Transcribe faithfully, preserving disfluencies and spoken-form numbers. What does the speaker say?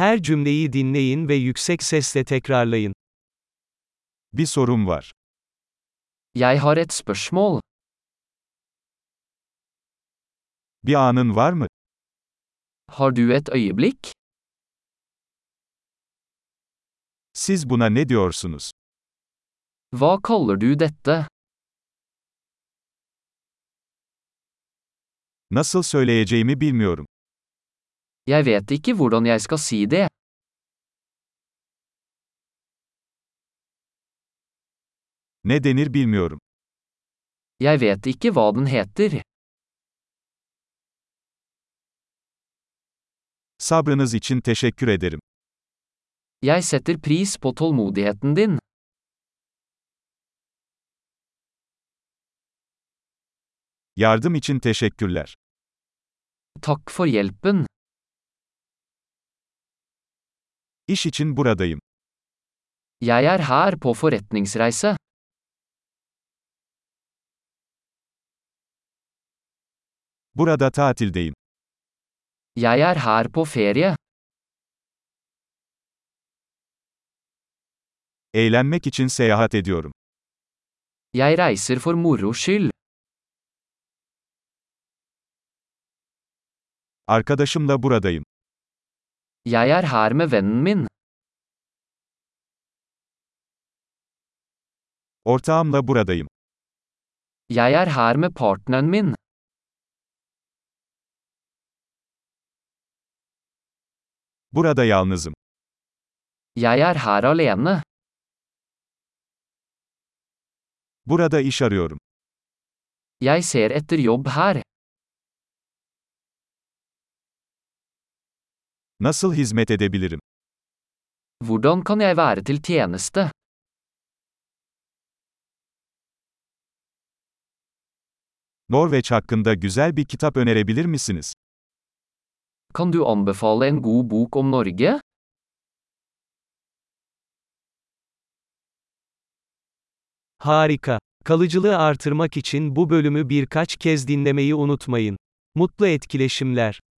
Her cümleyi dinleyin ve yüksek sesle tekrarlayın. Bir sorum var. Jeg har et spørsmål. Bir anın var mı? Har du et øyeblikk? Siz buna ne diyorsunuz? Hva kaller du dette? Nasıl söyleyeceğimi bilmiyorum. Jeg vet ikke hvordan jeg skal si det. Ne denir bilmiyorum. Jeg vet ikke hva den heter. Sabrınız için teşekkür ederim. Jeg setter pris på tålmodigheten din. Yardım için teşekkürler. Takk for hjelpen. İş için buradayım. Jeg er her på forretningsreise. Burada tatildeyim. Jeg er her på ferie. Eğlenmek için seyahat ediyorum. Jeg reiser for moro skyld. Arkadaşımla buradayım. Jeg er her med vennen min. Ortağımla buradayım. Jeg er her med partneren min. Burada yalnızım. Jeg er her alene. Burada iş arıyorum. Jeg ser etter jobb her. Nasıl hizmet edebilirim? Hvordan kan jeg være til tjeneste? Norveç hakkında güzel bir kitap önerebilir misiniz? Kan du anbefale en god bok om Norge? Harika. Kalıcılığı artırmak için bu bölümü birkaç kez dinlemeyi unutmayın. Mutlu etkileşimler.